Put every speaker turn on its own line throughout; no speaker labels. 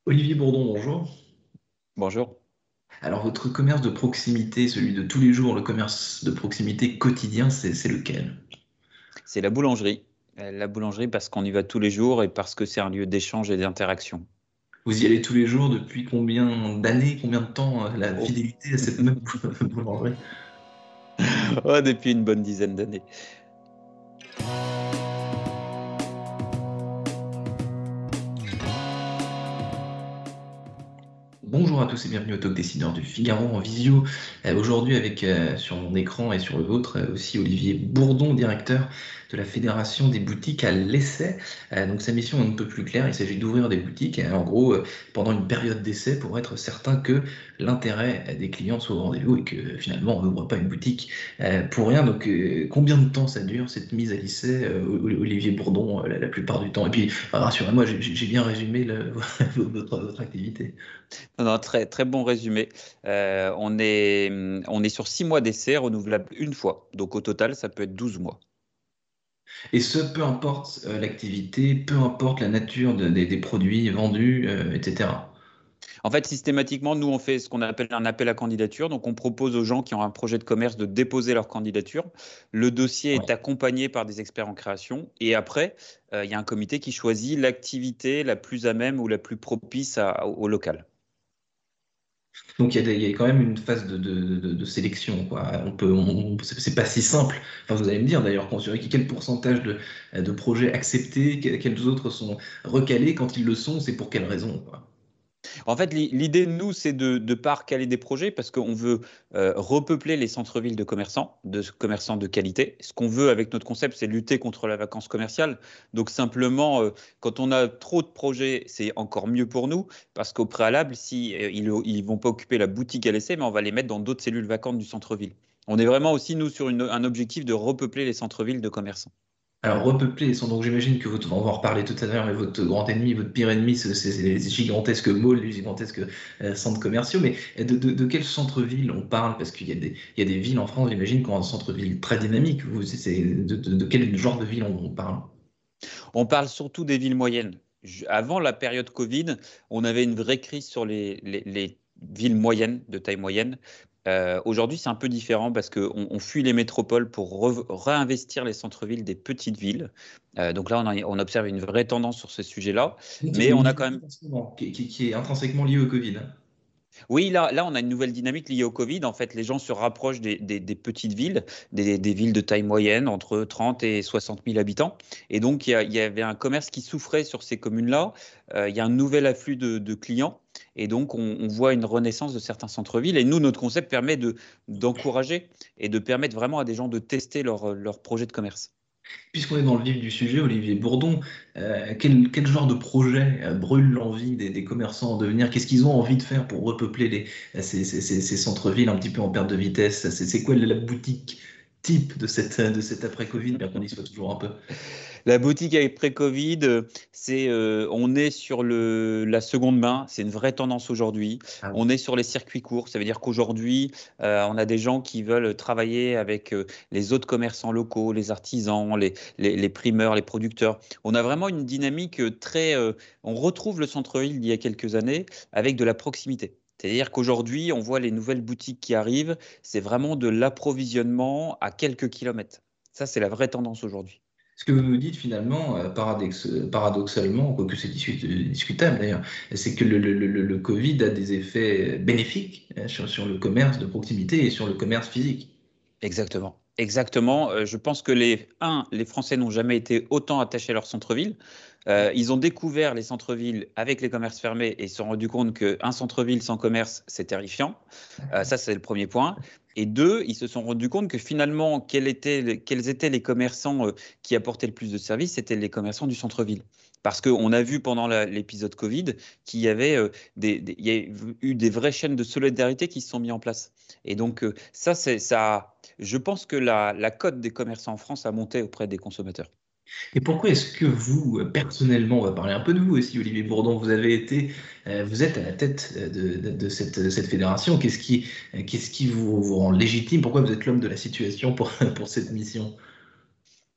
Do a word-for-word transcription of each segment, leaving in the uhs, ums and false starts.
Olivier Bourdon, bonjour.
Bonjour.
Alors, votre commerce de proximité, celui de tous les jours, le commerce de proximité quotidien, c'est c'est lequel?
C'est la boulangerie. Euh, La boulangerie parce qu'on y va tous les jours et parce que c'est un lieu d'échange et d'interaction.
Vous y allez tous les jours depuis combien d'années, combien de temps, euh, la
Oh.
fidélité à cette même boulangerie?
Oh, depuis une bonne dizaine d'années.
Bonjour à tous et bienvenue au Talk Décideur du Figaro en visio. Euh, aujourd'hui avec euh, sur mon écran et sur le vôtre euh, aussi Olivier Bourdon, directeur de la Fédération des boutiques à l'essai. Euh, donc sa mission est un peu plus claire, il s'agit d'ouvrir des boutiques euh, en gros euh, pendant une période d'essai pour être certain que l'intérêt des clients soit au rendez-vous et que finalement on n'ouvre pas une boutique euh, pour rien. Donc euh, combien de temps ça dure cette mise à l'essai, euh, Olivier Bourdon, euh, la, la plupart du temps? Et puis rassurez-moi, j'ai j'ai bien résumé le- votre, votre activité.
Non, non, très, très bon résumé. Euh, on est, hum, on est sur six mois d'essai renouvelable une fois. Donc au total, ça peut être douze mois.
Et ce, peu importe euh, l'activité, peu importe la nature de- des des produits vendus, euh, et cetera.
En fait, systématiquement, nous, on fait ce qu'on appelle un appel à candidature. Donc, on propose aux gens qui ont un projet de commerce de déposer leur candidature. Le dossier est
Ouais.
accompagné par des experts en création. Et après, euh, il y a un comité qui choisit l'activité la plus à même ou la plus propice à- au au local.
Donc il y a, des- il y a quand même une phase de, de- de- de sélection, quoi. On peut, on- c'est c'est pas si simple. Enfin, vous allez me dire d'ailleurs, sur quel pourcentage de, de projets acceptés, que- quels autres sont recalés, quand ils le sont, c'est pour quelles raisons, quoi.
En fait, l'i- l'idée, nous, c'est de ne pas recaler des projets parce qu'on veut euh, repeupler les centres-villes de commerçants, de commerçants de qualité. Ce qu'on veut avec notre concept, c'est lutter contre la vacance commerciale. Donc, simplement, euh, quand on a trop de projets, c'est encore mieux pour nous parce qu'au préalable, si, euh, ils ne vont pas occuper la boutique à l'essai, mais on va les mettre dans d'autres cellules vacantes du centre-ville. On est vraiment aussi, nous, sur une- un objectif de repeupler les centres-villes de commerçants.
Alors, repeupler, sans- donc j'imagine que votre, on va en reparler tout à l'heure, mais votre grand ennemi, votre pire ennemi, c'est c'est- c'est les gigantesques malls, les gigantesques euh, centres commerciaux. Mais de, de, de quel centre-ville on parle? Parce qu'il y a des, il y a des villes en France, j'imagine, qui ont un centre-ville très dynamique. Vous, c'est, c'est- de, de- de quel genre de ville on, on parle?
On parle surtout des villes moyennes. Je- Avant la période Covid, on avait une vraie crise sur les, les- les villes moyennes, de taille moyenne. Euh, aujourd'hui, c'est un peu différent parce qu'on on fuit les métropoles pour re- réinvestir les centres-villes des petites villes. Euh, donc là, on, a- on observe une vraie tendance sur ce sujet-là.
Donc, il y a
Mais
une
on a quand même
dynamique en ce moment qui, qui- qui est intrinsèquement liée au Covid, hein.
Oui, là, là, on a une nouvelle dynamique liée au Covid. En fait, les gens se rapprochent des, des- des petites villes, des, des villes de taille moyenne, entre trente et soixante mille habitants. Et donc, il y, a- il y avait un commerce qui souffrait sur ces communes-là. Euh, il y a un nouvel afflux de, de clients. Et donc, on, on voit une renaissance de certains centres-villes. Et nous, notre concept permet de, d'encourager et de permettre vraiment à des gens de tester leur, leur projet de commerce.
Puisqu'on est dans le vif du sujet, Olivier Bourdon, euh, quel, quel genre de projet euh, brûle l'envie des, des commerçants en devenir? Qu'est-ce qu'ils ont envie de faire pour repeupler les, ces, ces- ces- ces centres-villes un petit peu en perte de vitesse? C'est c'est quoi la boutique type de cette, de cet après-Covid, bien qu'on y soit toujours un peu?
La boutique avec pré-Covid, euh, c'est, euh, on est sur le, la seconde main, c'est une vraie tendance aujourd'hui.
Ah
On
oui.
est sur les circuits courts, ça veut dire qu'aujourd'hui, euh, on a des gens qui veulent travailler avec euh, les autres commerçants locaux, les artisans, les, les, les primeurs, les producteurs. On a vraiment une dynamique euh, très... euh, on retrouve le centre-ville d'il y a quelques années avec de la proximité. C'est-à-dire qu'aujourd'hui, on voit les nouvelles boutiques qui arrivent, c'est vraiment de l'approvisionnement à quelques kilomètres. Ça, c'est la vraie tendance aujourd'hui.
Ce que vous nous dites finalement, euh, paradoxe- paradoxalement, quoique c'est discut- discutable d'ailleurs, c'est que le, le- le- le Covid a des effets bénéfiques euh, sur, sur le commerce de proximité et sur le commerce physique.
Exactement. Exactement. Euh, je pense que les, un, les Français n'ont jamais été autant attachés à leur centre-ville. Euh, ils ont découvert les centres-villes avec les commerces fermés et se sont rendus compte qu'un centre-ville sans commerce, c'est terrifiant. Euh, ça, c'est le premier point. Et deux, ils se sont rendus compte que finalement, quels étaient, quels étaient les commerçants euh, qui apportaient le plus de services? C'était les commerçants du centre-ville. Parce qu'on a vu pendant la- l'épisode Covid qu'il y avait, euh, des, des- il y a eu des vraies chaînes de solidarité qui se sont mises en place. Et donc, euh, ça, c'est ça. Je pense que la, la cote des commerçants en France a monté auprès des consommateurs.
Et pourquoi est-ce que vous, euh, personnellement, on va parler un peu de vous aussi, Olivier Bourdon, vous avez été, euh, vous êtes à la tête euh, de, de- de cette, de cette fédération. Qu'est-ce qui, euh, qu'est-ce qui vous, vous rend légitime? Pourquoi vous êtes l'homme de la situation pour, pour cette mission?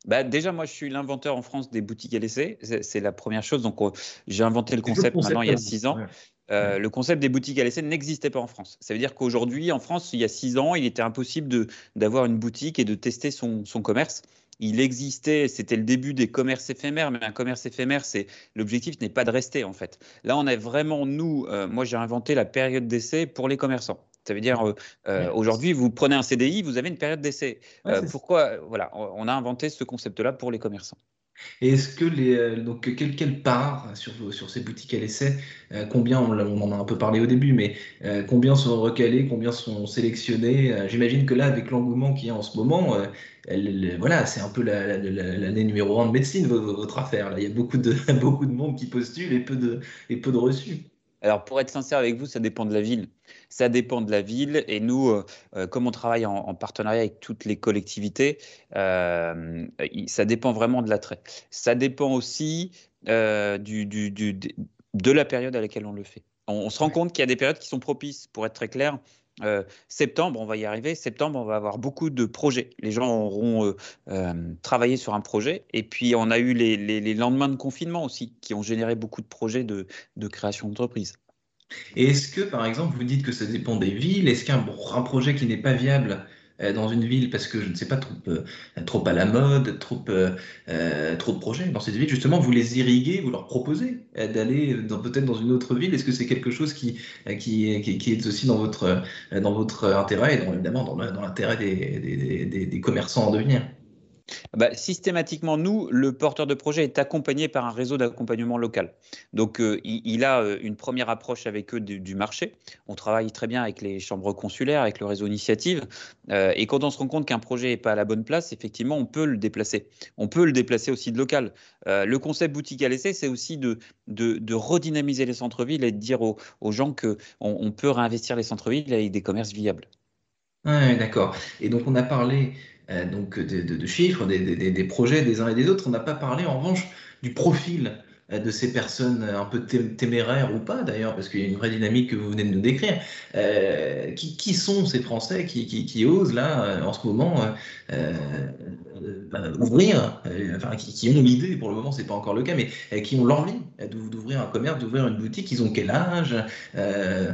Bah, déjà, moi, je suis l'inventeur en France des boutiques L S C. C'est c'est la première chose. Donc, euh, j'ai inventé le
C'est le
concept maintenant
concept
il y
à
a
vous.
six ans.
Ouais.
Euh,
Ouais.
le concept des boutiques L S C n'existait pas en France. Ça veut dire qu'aujourd'hui, en France, il y a six ans, il était impossible de d'avoir une boutique et de tester son, son commerce. Il existait, c'était le début des commerces éphémères, mais un commerce éphémère, c'est l'objectif n'est pas de rester en fait. Là, on est vraiment nous. Euh, moi, j'ai inventé la période d'essai pour les commerçants. Ça veut dire euh, euh,
Ouais.
aujourd'hui, vous prenez un C D I, vous avez une période d'essai.
Ouais,
Euh,
c'est ça.
pourquoi? Voilà, on a inventé ce concept-là pour les commerçants.
Et est-ce que les euh, donc quelle, quelle part sur, vos- sur ces boutiques à l'essai, euh, combien on, l'a- on en a un peu parlé au début, mais euh, combien sont recalés, combien sont sélectionnés? Euh, j'imagine que là, avec l'engouement qu'il y a en ce moment, euh, elle- elle- voilà, c'est un peu la- la- la- l'année numéro un de médecine, vo- votre affaire. Là, il y a beaucoup de beaucoup de monde qui postule et peu de et peu de reçus.
Alors, pour être sincère avec vous, ça dépend de la ville. Ça dépend de la ville. Et nous, euh, euh, comme on travaille en, en partenariat avec toutes les collectivités, euh, il- ça dépend vraiment de l'attrait. Ça dépend aussi euh, du, du- du- de la période à laquelle on le fait. On, on se rend compte qu'il y a des périodes qui sont propices, pour être très clair. Euh, septembre, on va y arriver. Septembre, on va avoir beaucoup de projets. Les gens auront euh, euh, travaillé sur un projet. Et puis, on a eu les, les- les lendemains de confinement aussi, qui ont généré beaucoup de projets de, de création d'entreprise.
Et est-ce que, par exemple, vous dites que ça dépend des villes, est-ce qu'un un projet qui n'est pas viable euh, dans une ville parce que je ne sais pas trop, euh, trop à la mode, trop, euh, euh, trop de projets dans cette ville, justement, vous les irriguez, vous leur proposez euh, d'aller dans- peut-être dans une autre ville. Est-ce que c'est quelque chose qui, euh, qui, qui, qui est aussi dans votre, euh, dans votre intérêt et dans, évidemment dans, le- dans l'intérêt des, des, des, des commerçants en devenir?
Bah, systématiquement, nous, le porteur de projet est accompagné par un réseau d'accompagnement local. Donc, euh, il, il a euh, une première approche avec eux du, du marché. On travaille très bien avec les chambres consulaires, avec le réseau Initiative. Euh, et quand on se rend compte qu'un projet n'est pas à la bonne place, effectivement, on peut le déplacer. On peut le déplacer aussi de local. Euh, le concept boutique à l'essai, c'est aussi de, de, de redynamiser les centres-villes et de dire aux, aux gens qu'on on peut réinvestir les centres-villes avec des commerces viables.
Ouais, d'accord. Et donc on a parlé euh, donc de, de- de chiffres, des, des- des- des projets des uns et des autres. On n'a pas parlé en revanche du profil euh, de ces personnes euh, un peu té- téméraires ou pas d'ailleurs, parce qu'il y a une vraie dynamique que vous venez de nous décrire. Euh, qui, qui sont ces Français qui, qui- qui osent là euh, en ce moment euh, euh, euh, bah, ouvrir, euh, enfin qui, qui ont l'idée, pour le moment c'est pas encore le cas, mais euh, qui ont l'envie euh, d'ou- d'ouvrir un commerce, d'ouvrir une boutique. Ils ont quel âge? Euh,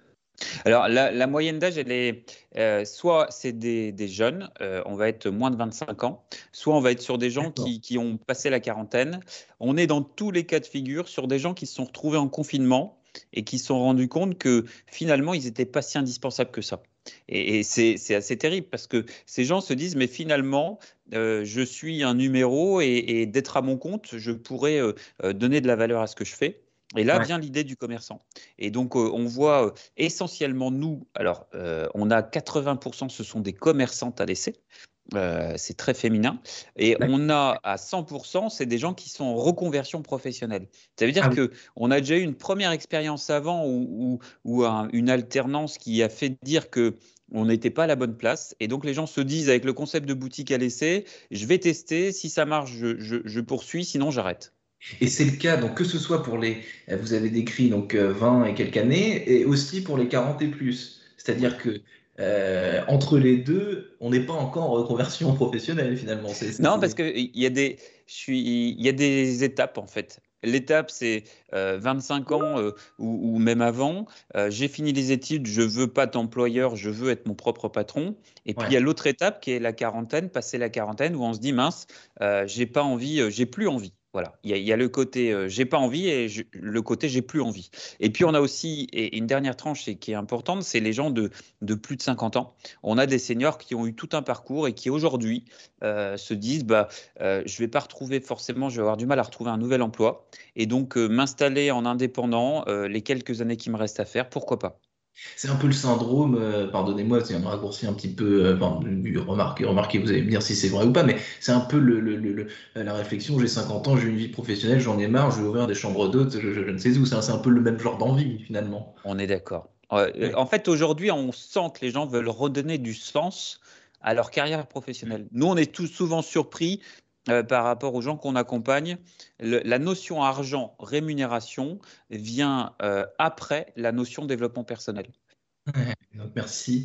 Alors, la, la moyenne d'âge, elle est euh, soit c'est des, des jeunes, euh, on va être moins de vingt-cinq ans, soit on va être sur des gens
d'accord.
qui, qui ont passé la quarantaine. On est dans tous les cas de figure sur des gens qui se sont retrouvés en confinement et qui se sont rendus compte que finalement, ils n'étaient pas si indispensables que ça. Et, et c'est c'est assez terrible parce que ces gens se disent, mais finalement, euh, je suis un numéro et, et d'être à mon compte, je pourrais euh, euh, donner de la valeur à ce que je fais. Et là
Ouais.
vient l'idée du commerçant. Et donc, euh, on voit euh, essentiellement nous, alors euh, on a quatre-vingts pour cent, ce sont des commerçantes à l'essai. Euh, c'est très féminin. Et on a à cent pour cent, c'est des gens qui sont en reconversion professionnelle. Ça veut dire
Ah oui.
que on a déjà eu une première expérience avant ou, ou- ou un- une alternance qui a fait dire que on n'était pas à la bonne place. Et donc les gens se disent avec le concept de boutique à l'essai, je vais tester, si ça marche, je, je- je poursuis, sinon j'arrête.
Et c'est le cas, donc que ce soit pour les, euh, vous avez décrit donc euh, vingt et quelques années, et aussi pour les quarante et plus. C'est-à-dire
Oui.
que euh, entre les deux, on n'est pas encore en reconversion professionnelle finalement. C'est, c'est-
Non, parce
c'est-
qu'il y a des, je suis, il y a des étapes en fait. L'étape, c'est euh, vingt-cinq ans euh, ou, ou même avant. Euh, j'ai fini les études, je veux pas d'employeur, je veux être mon propre patron. Et puis il y
Ouais.
a l'autre étape qui est la quarantaine, passer la quarantaine, où on se dit mince, euh, j'ai pas envie, euh, j'ai plus envie. Voilà, il y a, il y a le côté euh, j'ai pas envie et je- le côté j'ai plus envie. Et puis on a aussi, et une dernière tranche et qui est importante, c'est les gens de, de plus de cinquante ans. On a des seniors qui ont eu tout un parcours et qui aujourd'hui euh, se disent bah, euh, je vais pas retrouver forcément, je vais avoir du mal à retrouver un nouvel emploi. Et donc, euh, m'installer en indépendant euh, les quelques années qui me restent à faire, pourquoi pas?
C'est un peu le syndrome, euh, pardonnez-moi, c'est un raccourci un petit peu, euh, enfin, remarquez, remarquez, vous allez me dire si c'est vrai ou pas, mais c'est un peu le, le- le- le- la réflexion, j'ai cinquante ans, j'ai une vie professionnelle, j'en ai marre, je vais ouvrir des chambres d'hôtes, je, je- je ne sais où, c'est un, c'est un peu le même genre d'envie finalement.
On est d'accord. Euh,
Ouais.
en fait, aujourd'hui, on sent que les gens veulent redonner du sens à leur carrière professionnelle. Nous, on est tous souvent surpris euh, par rapport aux gens qu'on accompagne. Le- la notion argent, rémunération vient euh, après la notion développement personnel.
Ouais. Donc merci.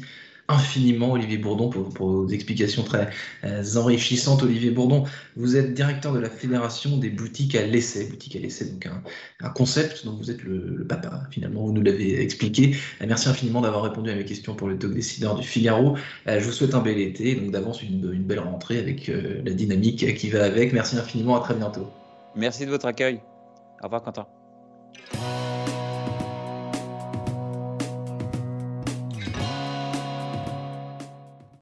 infiniment Olivier Bourdon pour, pour vos explications très euh, enrichissantes. Olivier Bourdon, vous êtes directeur de la Fédération des boutiques à l'essai. Boutique à l'essai, donc un, un concept dont vous êtes le, le papa, finalement, vous nous l'avez expliqué. Euh, merci infiniment d'avoir répondu à mes questions pour le Talk Décideur du Figaro. Euh, je vous souhaite un bel été, donc d'avance une, une belle rentrée avec euh, la dynamique qui va avec. Merci infiniment, à très bientôt.
Merci de votre accueil. Au revoir, Quentin.